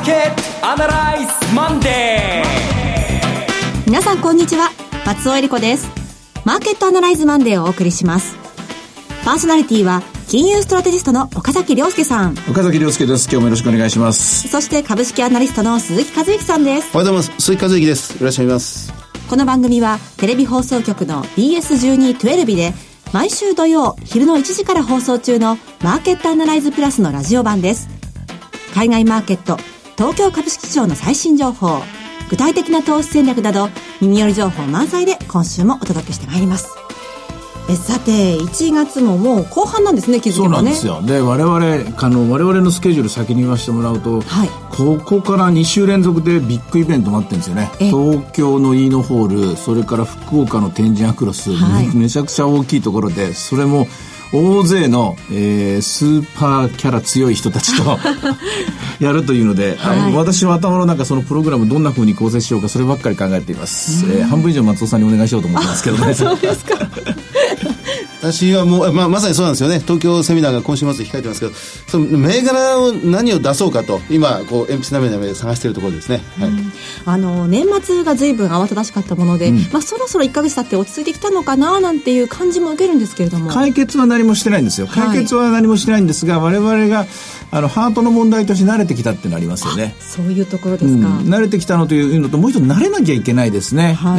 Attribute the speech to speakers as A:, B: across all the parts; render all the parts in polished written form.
A: ケットアナライズマンデー。
B: 皆さんこんにちは、松尾恵理子です。マーケットアナライズマンデーをお送りします。パーソナリティは金融ストラテジストの岡崎亮介さん。
C: 岡崎亮介です。今日もよろしくお願いします。
B: そして株式アナリストの鈴木和之さんです。
D: おはようございます。鈴木和之です。よろしくお願いします。
B: この番組はテレビ放送局の BS12-12 で毎週土曜昼の1時から放送中のマーケットアナライズプラスのラジオ版です。海外マーケット、東京株式市場の最新情報、具体的な投資戦略など耳寄り情報満載で今週もお届けしてまいります。さて1月ももう後半なんですね。気づけばね。
C: そうなんですよ。で我々のスケジュール先に言わせてもらうと、はい、ここから2週連続でビッグイベント待ってるんですよね。東京のイーノホール、それから福岡の天神アクロス、はい、めちゃくちゃ大きいところで、それも大勢の、スーパーキャラ強い人たちとやるというので、はい、私は頭の中そのプログラムどんな風に構成しようかそればっかり考えています。半分以上松尾さんにお願いしようと思ってますけどね。
B: そうですか。
D: 私はもう、まさにそうなんですよね。東京セミナーが今週末控えてますけど、その銘柄を何を出そうかと今こう鉛筆なめなめ探しているところですね。
B: はい、年末が随分慌ただしかったもので、そろそろ1ヶ月経って落ち着いてきたのかななんていう感じも受けるんですけれども、
C: 解決は何もしてないんですよ。解決は何もしてないんですが、我々がハートの問題として慣れてきたっていうのありますよね。
B: そういうところですか。
C: 慣れてきたのというのと、もう一つ慣れなきゃいけないですね。はい、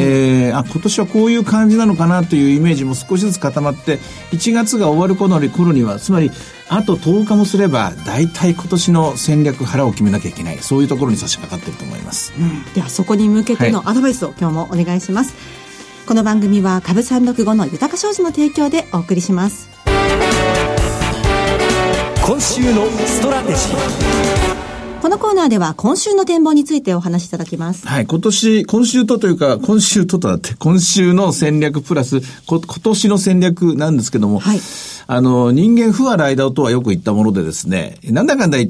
C: 今年はこういう感じなのかなというイメージも少しずつ固まって、1月が終わる頃には、つまりあと10日もすれば大体今年の戦略腹を決めなきゃいけない、そういうところに差し掛かっていると思います。
B: ではそこに向けてのアドバイスを今日もお願いします。この番組は株365の豊か商事の提供でお送りします。
A: 今週のストラテジー。
B: このコーナーでは今週の展望についてお話しいただきます。
C: はい、今週の戦略プラス今年の戦略なんですけども、はい、人間不和雷道とはよく言ったものでですね、なんだかんだ言って、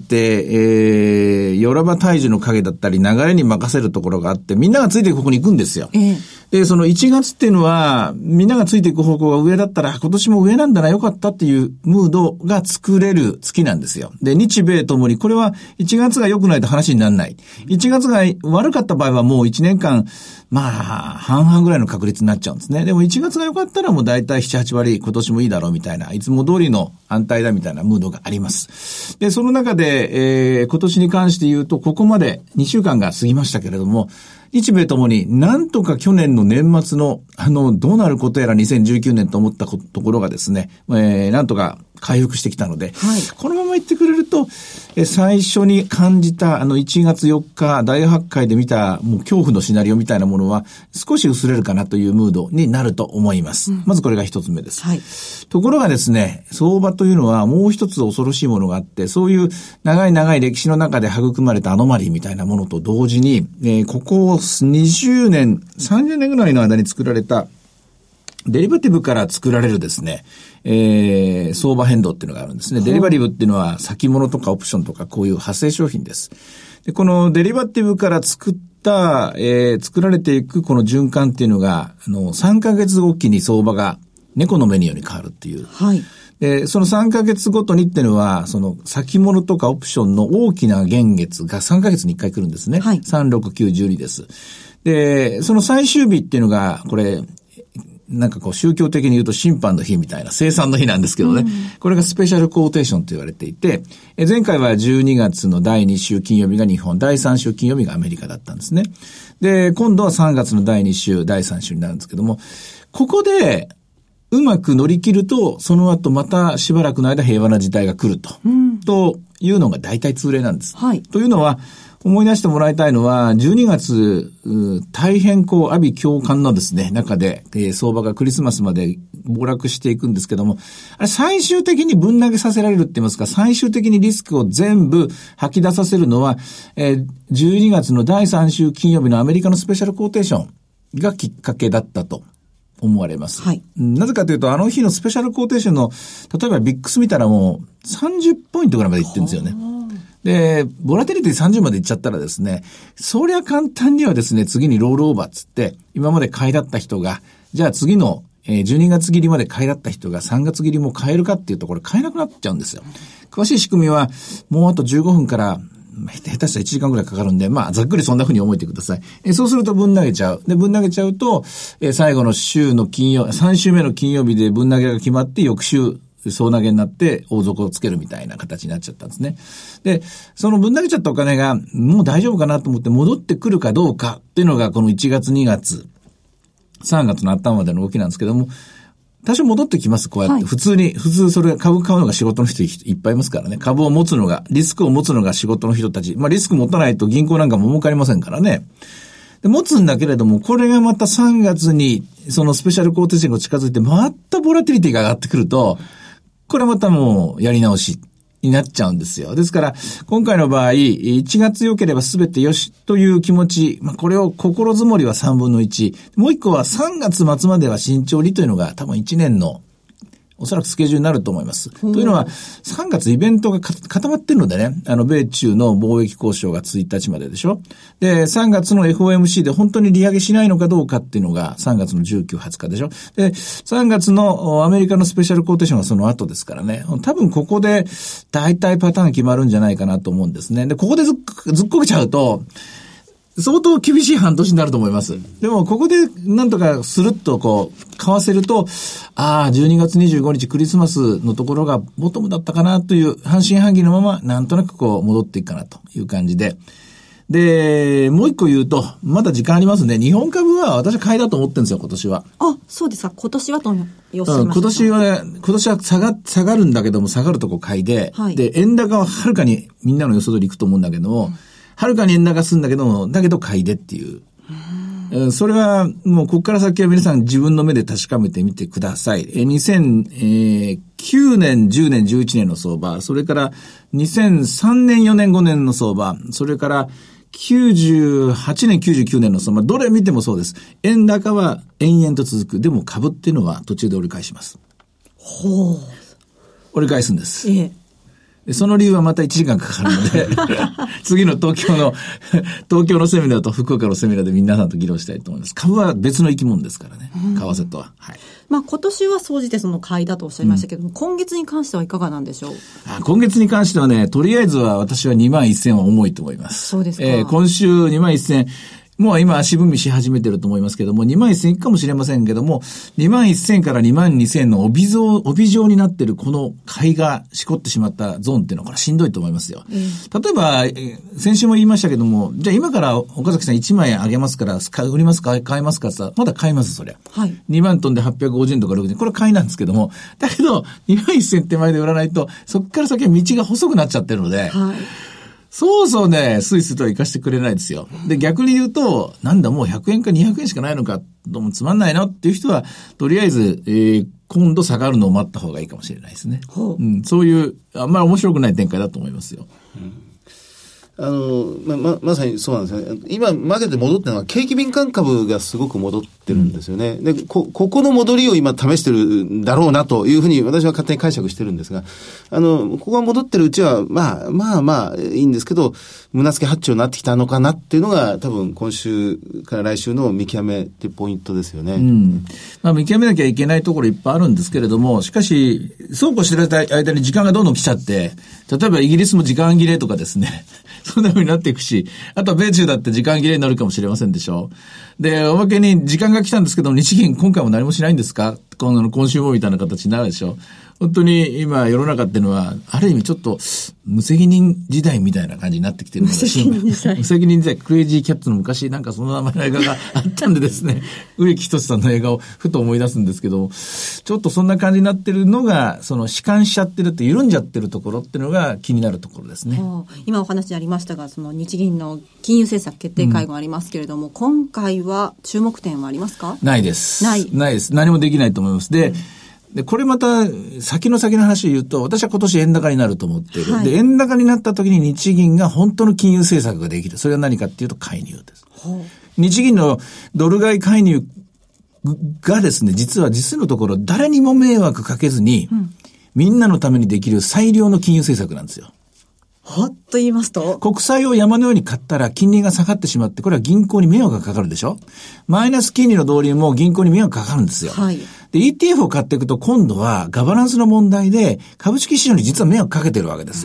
C: ヨラバ大樹の影だったり流れに任せるところがあって、みんながついていく方向に行くんですよ。で、その1月っていうのは、みんながついていく方向が上だったら、今年も上なんだな、よかったっていうムードが作れる月なんですよ。で、日米ともに、これは1月が良くないと話にならない。1月が悪かった場合はもう1年間、半々ぐらいの確率になっちゃうんですね。でも1月が良かったらもう大体7、8割、今年もいいだろうみたいな、いつも通りの安泰だみたいなムードがあります。で、その中で、今年に関して言うと、ここまで2週間が過ぎましたけれども、日米ともになんとか去年の年末のどうなることやら2019年と思ったところがですね、なんとか回復してきたので、はい、このまま言ってくれると、最初に感じた1月4日大発会で見たもう恐怖のシナリオみたいなものは少し薄れるかなというムードになると思います。まずこれが一つ目です。はい、ところがですね、相場というのはもう一つ恐ろしいものがあって、そういう長い歴史の中で育まれたアノマリーみたいなものと同時に、ここ20年、30年ぐらいの間に作られたデリバティブから作られるですね、相場変動っていうのがあるんですね。デリバティブっていうのは先物とかオプションとかこういう派生商品です。で、このデリバティブから作られていくこの循環っていうのが、3ヶ月おきに相場が猫の目のように変わるっていう。はい。で、その3ヶ月ごとにっていうのは、その先物とかオプションの大きな現月が3ヶ月に1回来るんですね。はい。3、6、9、12です。で、その最終日っていうのが、これ、なんかこう宗教的に言うと審判の日みたいな生産の日なんですけどね。これがスペシャルコーテーションと言われていて、前回は12月の第2週金曜日が日本、第3週金曜日がアメリカだったんですね。で、今度は3月の第2週、第3週になるんですけども、ここでうまく乗り切ると、その後またしばらくの間平和な時代が来ると、というのが大体通例なんです。はい。というのは、思い出してもらいたいのは、12月、大変阿鼻共感のですね、中で、相場がクリスマスまで暴落していくんですけども、あれ最終的にぶん投げさせられるって言いますか、最終的にリスクを全部吐き出させるのは、12月の第3週金曜日のアメリカのスペシャルコーテーションがきっかけだったと思われます。はい。なぜかというと、あの日のスペシャルコーテーションの、例えばビックス見たらもう30ポイントぐらいまでいってるんですよね。で、ボラテリティ30までいっちゃったらですね、そりゃ簡単にはですね、次にロールオーバーっつって、今まで買いだった人が、じゃあ次の12月切りまで買いだった人が3月切りも買えるかっていうところ買えなくなっちゃうんですよ。詳しい仕組みは、もうあと15分から下手したら1時間ぐらいかかるんで、ざっくりそんな風に思えてください。そうするとぶん投げちゃう。で、ぶん投げちゃうと、最後の週の3週目の金曜日でぶん投げが決まって、翌週、総投げになって大底をつけるみたいな形になっちゃったんですね。で、そのぶん投げちゃったお金がもう大丈夫かなと思って戻ってくるかどうかっていうのがこの1月2月、3月の頭までの動きなんですけども、多少戻ってきます、こうやって。はい、普通それ株買うのが仕事の人いっぱいいますからね。株を持つのが、リスクを持つのが仕事の人たち。リスク持たないと銀行なんかも儲かりませんからね。で持つんだけれども、これがまた3月にそのスペシャルコーテーシングが近づいて、またボラティリティが上がってくると、これまたもうやり直しになっちゃうんですよ。ですから、今回の場合、1月良ければ全てよしという気持ち、これを心づもりは3分の1。もう一個は3月末までは慎重にというのが多分1年のおそらくスケジュールになると思います。というのは、3月イベントが固まってるのでね、米中の貿易交渉が1日まででしょ。で、3月の FOMC で本当に利上げしないのかどうかっていうのが3月の19、20日でしょ。で、3月のアメリカのスペシャルコーテーションがその後ですからね。多分ここで大体パターン決まるんじゃないかなと思うんですね。で、ここでずっこけちゃうと、相当厳しい半年になると思います。でも、ここでなんとかスルッと買わせると、12月25日クリスマスのところがボトムだったかなという半信半疑のまま、なんとなく戻っていくかなという感じで。で、もう一個言うと、まだ時間ありますね。日本株は私は買いだと思ってるんですよ、今年は。
B: そうですか。今年はと予想しました。
C: 今年は下がるんだけども、下がるとこ買いで、はい、で、円高ははるかにみんなの予想通りいくと思うんだけども、はるかに円高するんだけど、買いでっていう。それはもうここから先は皆さん自分の目で確かめてみてください。2009年、10年、11年の相場、それから2003年、4年、5年の相場、それから98年、99年の相場、どれ見てもそうです。円高は延々と続く。でも株っていうのは途中で折り返します。折り返すんです。その理由はまた1時間かかるので、次の東京のセミナーと福岡のセミナーで皆さんと議論したいと思います。株は別の生き物ですからね。為替とは。はい。
B: 今年は総じてその買いだとおっしゃいましたけども、今月に関してはいかがなんでしょう？
C: 今月に関してはね、とりあえずは私は21,000は重いと思います。
B: そうですか。
C: 今週21,000、もう今足踏みし始めてると思いますけども、21,000いくかもしれませんけども、21,000から22,000の帯状になってるこの買いがしこってしまったゾーンっていうのはこれしんどいと思いますよ。例えば、先週も言いましたけども、じゃあ今から岡崎さん1万円あげますから、売りますか買いますかって言ったら、まだ買います、そりゃ。はい。2万トンで850円とか60円。これ買いなんですけども、だけど、21,000手前で売らないと、そこから先は道が細くなっちゃってるので、はい。そうね、スイスとは生かしてくれないですよ。で、逆に言うと、なんだもう100円か200円しかないのか、どうもつまんないのっていう人は、とりあえず、今度下がるのを待った方がいいかもしれないですね。そういう、あんまり面白くない展開だと思いますよ。
D: まさにそうなんですよね。今、マーケットで戻ってるのは、景気敏感株がすごく戻ってるんですよね。で、ここの戻りを今試してるんだろうなというふうに私は勝手に解釈してるんですが、ここが戻ってるうちは、まあ、いいんですけど、胸付け八丁になってきたのかなっていうのが、多分今週から来週の見極めってポイントですよね。
C: 見極めなきゃいけないところいっぱいあるんですけれども、しかし、そうこうしてる間に時間がどんどん来ちゃって、例えばイギリスも時間切れとかですね、そんな風になっていくし、あとは米中だって時間切れになるかもしれませんでしょ。で、おまけに時間が来たんですけど、日銀今回も何もしないんですか？今週もみたいな形になるでしょ。本当に今世の中っていうのは、ある意味ちょっと無責任時代みたいな感じになってきてるので、無責任時代、クレイジーキャッツの昔なんかその名前の映画があったんでですね、植木等さんの映画をふと思い出すんですけど、ちょっとそんな感じになってるのが、その弛緩しちゃってるって緩んじゃってるところっていうのが気になるところですね。
B: 今お話ありましたが、その日銀の金融政策決定会合ありますけれども、今回は注目点はありますか？
C: ないです。ないです。何もできないと思います。で、これまた先の話を言うと、私は今年円高になると思っている。はい、で、円高になった時に日銀が本当の金融政策ができる。それは何かっていうと介入です。日銀のドル買い介入がですね、実のところ誰にも迷惑かけずに、みんなのためにできる最良の金融政策なんですよ。
B: と言いますと、
C: 国債を山のように買ったら金利が下がってしまって、これは銀行に迷惑がかかるでしょ。マイナス金利の導入も銀行に迷惑がかかるんですよ。はい。で、ETF を買っていくと今度はガバナンスの問題で株式市場に実は迷惑かけてるわけですよ。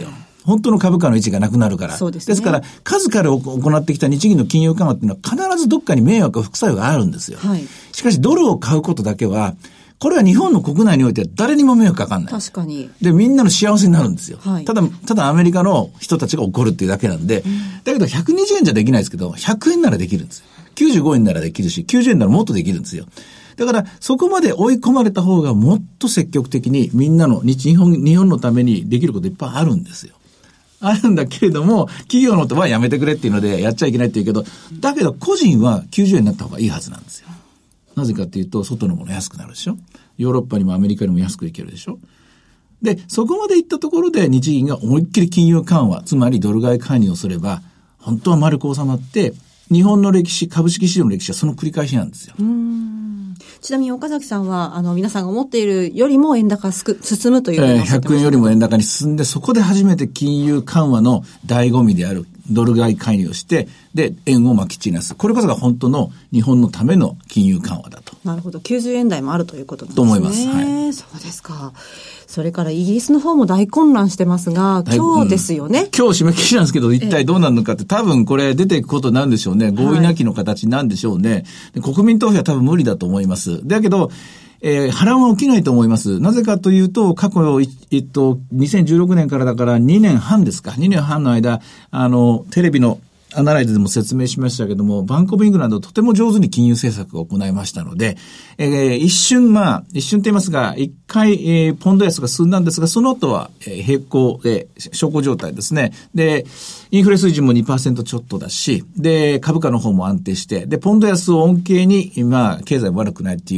C: 本当の株価の位置がなくなるから。
B: そうですね。
C: ですから、数から行ってきた日銀の金融緩和っていうのは必ずどっかに迷惑や副作用があるんですよ。
B: はい。
C: しかし、ドルを買うことだけは、これは日本の国内においては誰にも迷惑かかんない。
B: 確かに。
C: で、みんなの幸せになるんですよ。
B: はい。
C: ただアメリカの人たちが怒るっていうだけなんで、だけど120円じゃできないですけど、100円ならできるんですよ。95円ならできるし、90円ならもっとできるんですよ。だから、そこまで追い込まれた方がもっと積極的にみんなの日本のためにできることいっぱいあるんですよ。あるんだけれども、企業のとはやめてくれっていうのでやっちゃいけないって言うけど、だけど個人は90円になった方がいいはずなんですよ。なぜかっていうと、外のもの安くなるでしょ。ヨーロッパにもアメリカにも安くいけるでしょ。で、そこまでいったところで日銀が思いっきり金融緩和、つまりドル買い介入をすれば、本当は丸く収まって、日本の歴史、株式市場の歴史はその繰り返しなんですよ。
B: ちなみに岡崎さんは、皆さんが思っているよりも円高進むというふうにおっしゃってました。
C: 100円よりも円高に進んで、そこで初めて金融緩和の醍醐味であるドル買い介入をして、で、円をまき散らす。これこそが本当の日本のための金融緩和だと。
B: なるほど。90円台もあるということなんですね。
C: と思います。はい。
B: そうですか。それからイギリスの方も大混乱してますが、今日ですよね。
C: 今日締め切りなんですけど、一体どうなるのかって、多分これ出ていくことなんでしょうね。合意なきの形なんでしょうね。で、国民投票は多分無理だと思います。だけど、波乱は起きないと思います。なぜかというと、過去、2016年からだから2年半ですか。2年半の間、テレビのアナライズでも説明しましたけども、バンクオブイングランドとても上手に金融政策を行いましたので、一瞬と言いますが、一回、ポンド安が進んだんですが、その後は、平行で、小康状態ですね。で、インフレ水準も 2% ちょっとだし、で、株価の方も安定して、で、ポンド安を恩恵に、経済も悪くないっていう、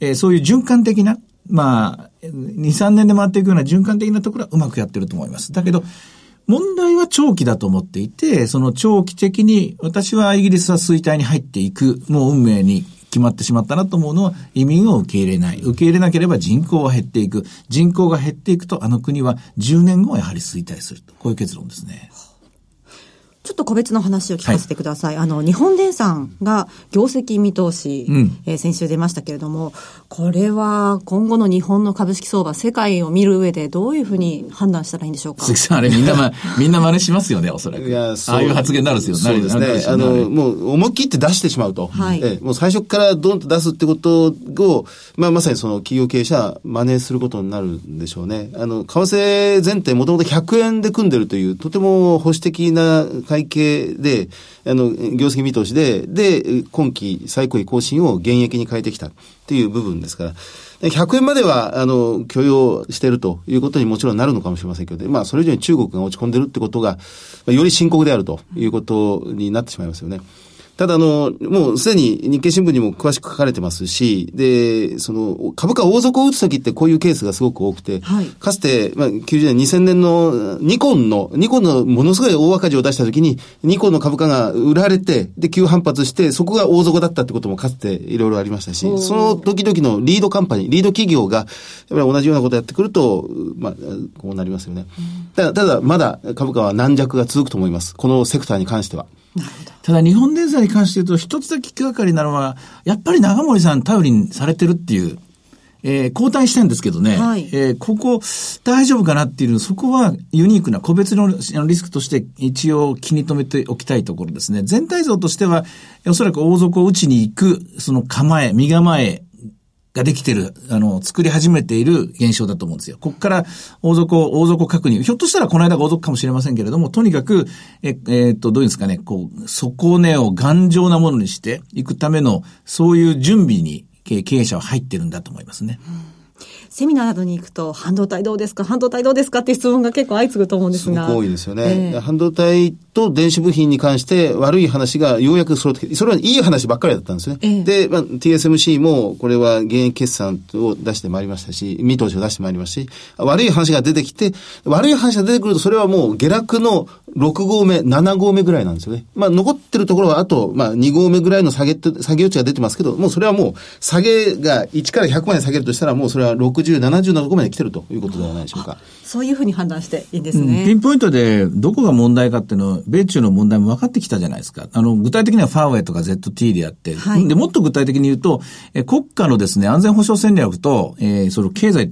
C: そういう循環的な、2、3年で回っていくような循環的なところはうまくやってると思います。だけど、問題は長期だと思っていて、その長期的に私はイギリスは衰退に入っていく、もう運命に決まってしまったなと思うのは移民を受け入れない。受け入れなければ人口は減っていく。人口が減っていくとあの国は10年後やはり衰退すると。こういう結論ですね。
B: ちょっと個別の話を聞かせてください。日本電産が業績見通し、先週出ましたけれども、これは今後の日本の株式相場、世界を見る上でどういうふうに判断したらいいんでしょうか。
C: 鈴木さん、あれみんな真似しますよね、おそらく。ああいう発言になるんですよ。
D: そうですね。もう思い切って出してしまうと。はい。もう最初からドンと出すってことを、まさにその企業経営者は真似することになるんでしょうね。為替前提もともと100円で組んでるという、とても保守的な会計で、業績見通しで、今期最高位更新を現役に変えてきたっていう部分ですから、100円までは、許容しているということにもちろんなるのかもしれませんけど、それ以上に中国が落ち込んでるってことが、より深刻であるということになってしまいますよね。ただもうすでに日経新聞にも詳しく書かれてますし、で、株価大底を打つときってこういうケースがすごく多くて、はい、かつて、90年、2000年のニコンのものすごい大赤字を出したときに、ニコンの株価が売られて、で、急反発して、そこが大底だったってこともかつていろいろありましたし、その時々のリード企業が、やっぱり同じようなことをやってくると、こうなりますよね。ただ、まだ株価は軟弱が続くと思います。このセクターに関しては。
C: ただ日本電産に関して言うと一つだけ引っかかりなのは、やっぱり長森さん頼りにされてるっていう、交代してるんですけどね、はい、ここ大丈夫かなっていう、そこはユニークな個別のリスクとして一応気に留めておきたいところですね。全体像としては、おそらく大底を打ちに行く、その身構えができてる、作り始めている現象だと思うんですよ。ここから大底確認。ひょっとしたらこの間が大底かもしれませんけれども、とにかく、どういうんですかね、底根を頑丈なものにしていくための、そういう準備に経営者は入ってるんだと思いますね。
B: セミナーなどに行くと、半導体どうですかって質問が結構相次ぐと思うんですが。
D: すごく多いですよね。半導体と電子部品に関して悪い話がようやく揃ってきて、それはいい話ばっかりだったんですね。で、TSMC もこれは現役決算を出してまいりましたし、見通しを出してまいりましたし、悪い話が出てきて、悪い話が出てくるとそれはもう下落の6号目、7号目ぐらいなんですよね。残ってるところはあと、2号目ぐらいの下げ余地が出てますけど、もうそれはもう下げが1から100まで下げるとしたら、もうそれは60、70のところまで来てるということではないでしょうか。
B: そういうふうに判断していいんですね。
C: ピンポイントでどこが問題かっていうのは、米中の問題も分かってきたじゃないですか。具体的にはファーウェイとか ZT であって、はい、で、もっと具体的に言うと、国家のですね、安全保障戦略と、その経済っていうのが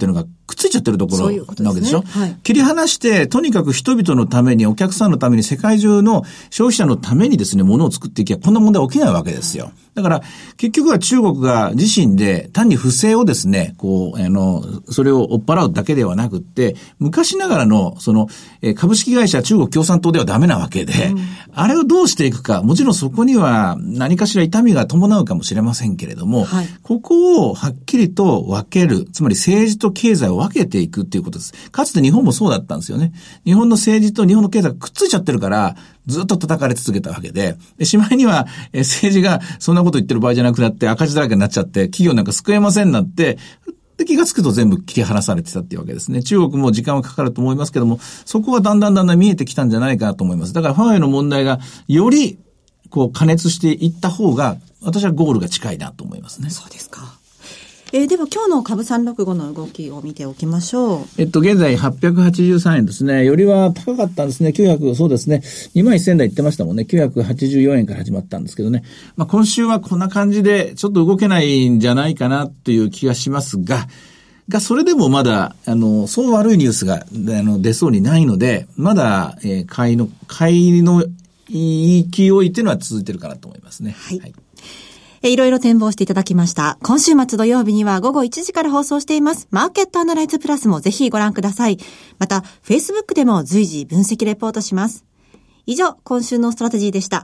C: くっついちゃってるところなわけでしょ。
B: はい、
C: 切り離して、とにかく人々のために、お客さんのために、世界中の消費者のためにですね、ものを作っていけば、こんな問題起きないわけですよ。だから、結局は中国が自身で単に不正をですね、それを追っ払うだけではなくって、昔ながらの、株式会社中国共産党ではダメなわけで、あれをどうしていくか、もちろんそこには何かしら痛みが伴うかもしれませんけれども、はい、ここをはっきりと分ける、つまり政治と経済を分けていくっていうことです。かつて日本もそうだったんですよね。日本の政治と日本の経済がくっついちゃってるから、ずっと叩かれ続けたわけで、しまいには政治がそんなこと言ってる場合じゃなくなって赤字だらけになっちゃって、企業なんか救えませんなんて、で気がつくと全部切り離されてたっていうわけですね。中国も時間はかかると思いますけども、そこはだんだん見えてきたんじゃないかなと思います。だからファーウェイの問題がより加熱していった方が、私はゴールが近いなと思いますね。
B: そうですか。では今日の株365の動きを見ておきましょう。
C: 現在883円ですね。よりは高かったんですね。そうですね。21,000台言ってましたもんね。984円から始まったんですけどね。今週はこんな感じでちょっと動けないんじゃないかなという気がしますが、それでもまだ、そう悪いニュースが、出そうにないので、まだ、買いの勢いっていうのは続いてるかなと思いますね。
B: はい。はい、いろいろ展望していただきました。今週末土曜日には午後1時から放送しています。マーケットアナライズプラスもぜひご覧ください。また、Facebook でも随時分析レポートします。以上、今週のストラテジーでした。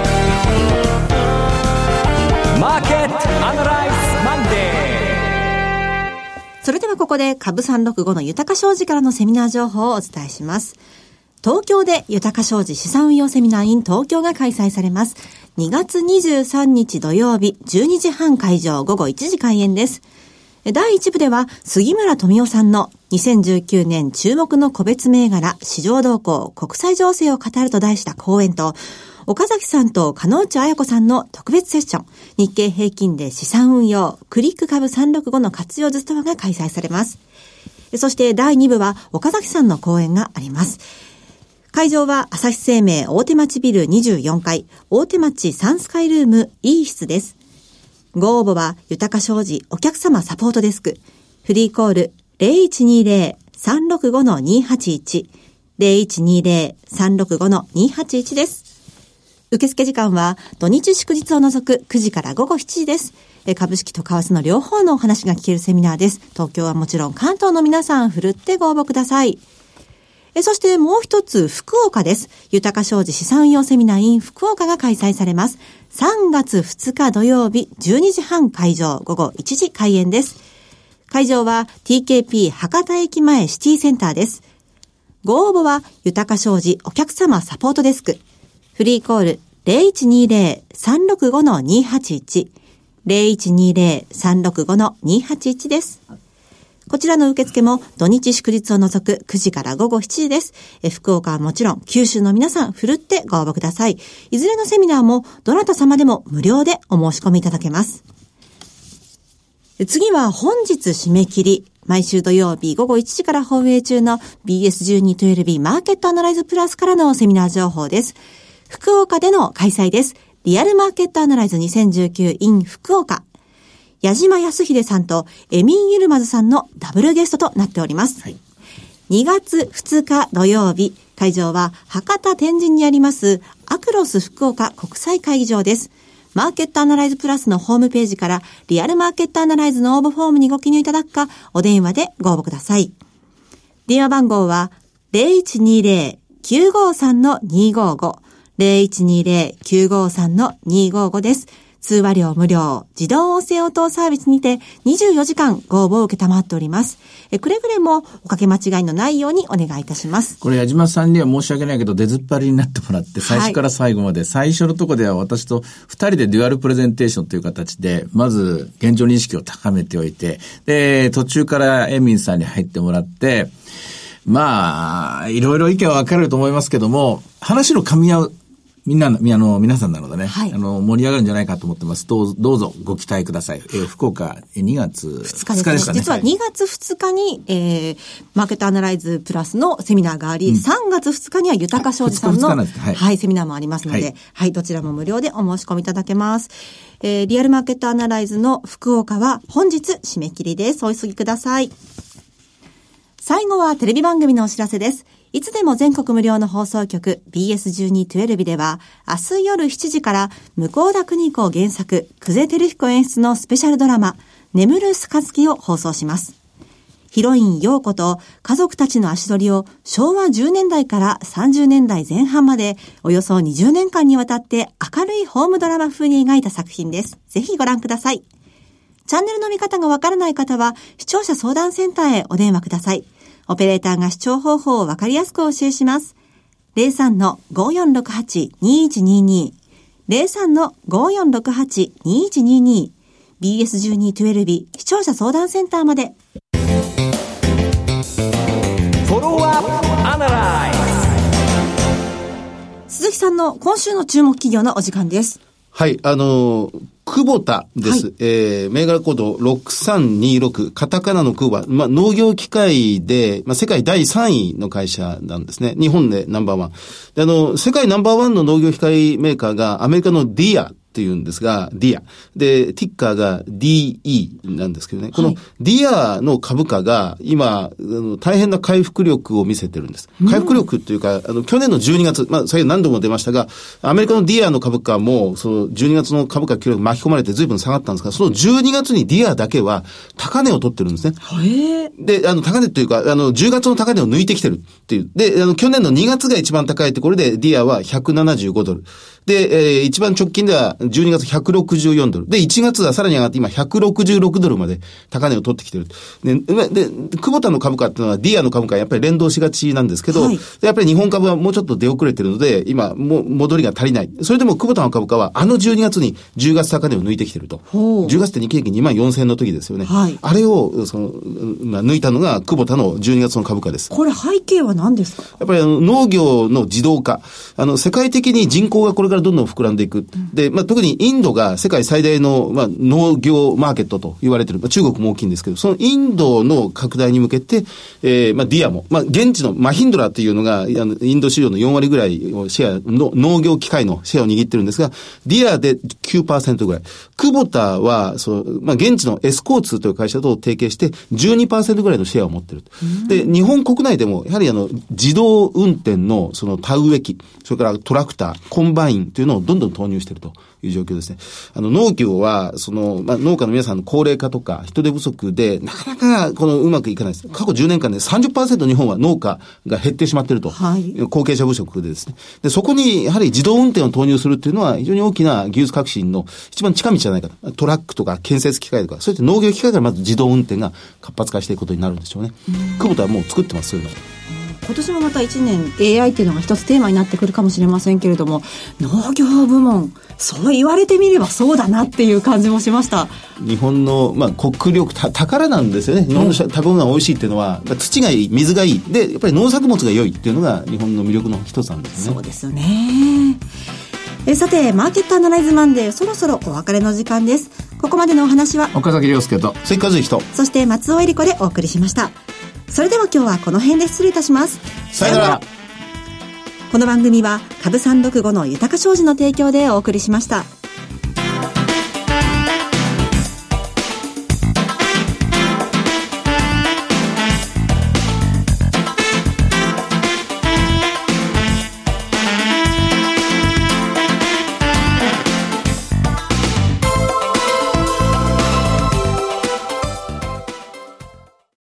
A: マーケットアナライズマンデ
B: ー。それではここで株365の豊か商事からのセミナー情報をお伝えします。東京で豊か商事資産運用セミナー in 東京が開催されます。2月23日土曜日12時半会場、午後1時開演です。第1部では杉村富夫さんの2019年注目の個別銘柄市場動向国際情勢を語ると題した講演と、岡崎さんと金内彩子さんの特別セッション、日経平均で資産運用クリック株365の活用術とはが開催されます。そして第2部は岡崎さんの講演があります。会場は朝日生命大手町ビル24階大手町サンスカイルーム E 室です。ご応募は豊か商事お客様サポートデスク、フリーコール 0120-365-281 0120-365-281 です。受付時間は土日祝日を除く9時から午後7時です。株式と為替の両方のお話が聞けるセミナーです。東京はもちろん関東の皆さんふるってご応募ください。そしてもう一つ福岡です。豊か商事資産運用セミナー in 福岡が開催されます。3月2日土曜日12時半会場、午後1時開演です。会場は TKP 博多駅前シティセンターです。ご応募は豊か商事お客様サポートデスク、フリーコール 0120-365-281 0120-365-281 です。こちらの受付も土日祝日を除く9時から午後7時です。福岡はもちろん九州の皆さんふるってご応募ください。いずれのセミナーもどなた様でも無料でお申し込みいただけます。次は本日締め切り。毎週土曜日午後1時から放映中の BS1212 マーケットアナライズプラスからのセミナー情報です。福岡での開催です。リアルマーケットアナライズ2019 in 福岡。矢島康秀さんとエミン・ユルマズさんのダブルゲストとなっております。はい、2月2日土曜日、会場は博多天神にありますアクロス福岡国際会議場です。マーケットアナライズプラスのホームページからリアルマーケットアナライズの応募フォームにご記入いただくか、お電話でご応募ください。電話番号は 0120-953-255 0120-953-255 です。通話料無料、自動音声応答サービスにて24時間ご応募を受けたまっております。くれぐれもおかけ間違いのないようにお願いいたします。
C: これ矢島さんには申し訳ないけど出ずっぱりになってもらって、最初から最後まで、最初のとこでは私と2人でデュアルプレゼンテーションという形で、まず現状認識を高めておいて、で、途中からエミンさんに入ってもらって、まあ、いろいろ意見は分かれると思いますけども、話の噛み合う、皆さんなのでね、はい、盛り上がるんじゃないかと思ってます。どうぞご期待ください。福岡2月2日
B: ですね。実は2月2日に、マーケットアナライズプラスのセミナーがあり、3月2日には豊か商事さんの、はい、セミナーもありますので、はい、どちらも無料でお申し込みいただけます。リアルマーケットアナライズの福岡は本日締め切りです。お急ぎください。 最後はテレビ番組のお知らせです。いつでも全国無料の放送局 BS12-12 では明日夜7時から向田邦子原作、久世照彦演出のスペシャルドラマ眠る暁を放送します。ヒロイン陽子と家族たちの足取りを昭和10年代から30年代前半までおよそ20年間にわたって明るいホームドラマ風に描いた作品です。ぜひご覧ください。チャンネルの見方がわからない方は視聴者相談センターへお電話ください。オペレーターが視聴方法をわかりやすくお教えします。03-5468-2122 03-5468-2122 BS12-12 視聴者相談センターまで。鈴木さんの今週の注目企業のお時間です。
D: はい、久保田です。はい、銘柄コード6326、カタカナの久保田。農業機械で、世界第3位の会社なんですね。日本でナンバーワン。で、世界ナンバーワンの農業機械メーカーがアメリカのディアっていうんですが、ディア。で、ティッカーが DE なんですけどね。このディアの株価が今、大変な回復力を見せてるんです。回復力っていうか、去年の12月、先ほど何度も出ましたが、アメリカのディアの株価も、その12月の株価記録巻き込まれて随分下がったんですが、その12月にディアだけは高値を取ってるんですね。で、高値っていうか、10月の高値を抜いてきてるっていう。で、去年の2月が一番高いところで、ディアは175ドル。で、一番直近では12月164ドル。で、1月はさらに上がって今166ドルまで高値を取ってきてる。で、久保田の株価っていうのはディアの株価はやっぱり連動しがちなんですけど、はい、やっぱり日本株はもうちょっと出遅れてるので、今、戻りが足りない。それでも久保田の株価は12月に10月高値を抜いてきてると。10月って日経平均24,000の時ですよね。はい、あれを、抜いたのが久保田の12月の株価です。
B: これ背景は何ですか？
D: やっぱり農業の自動化。世界的に人口がこれからどんどん膨らんでいく。で、特にインドが世界最大の、農業マーケットと言われている。中国も大きいんですけど、そのインドの拡大に向けて、ディアも、現地のマヒンドラっていうのが、インド市場の4割ぐらいをシェアの、農業機械のシェアを握ってるんですが、ディアで 9% ぐらい。久保田は、現地のエスコーツという会社と提携して 12% ぐらいのシェアを持ってる。で、日本国内でも、やはり自動運転のその田植え機、それからトラクター、コンバインというのをどんどん投入しているという状況ですね。農業は、農家の皆さんの高齢化とか人手不足で、なかなかうまくいかないです。過去10年間で 30% 日本は農家が減ってしまっていると。はい。後継者不足でですね。で、そこにやはり自動運転を投入するっていうのは非常に大きな技術革新の一番近道じゃないかと。トラックとか建設機械とか、そういった農業機械からまず自動運転が活発化していくことになるんでしょうね。久保田はもう作ってます、そういうの。
B: 今年もまた1年 AI っていうのが一つテーマになってくるかもしれませんけれども、農業部門、そう言われてみればそうだなっていう感じもしました。
D: 日本の、国力、宝なんですよね。日本の食べ物が美味しいっていうのは、土がいい、水がいい。で、やっぱり農作物が良いっていうのが日本の魅力の一つなんですね。
B: そうですよね。さて、マーケットアナライズマンデー、そろそろお別れの時間です。ここまでのお話は、
C: 岡崎亮介と
D: 関和之と、
B: そして松尾恵理子でお送りしました。それでは今日はこの辺で失礼いたします。
D: さよなら。
B: この番組は株365の豊か商事の提供でお送りしました。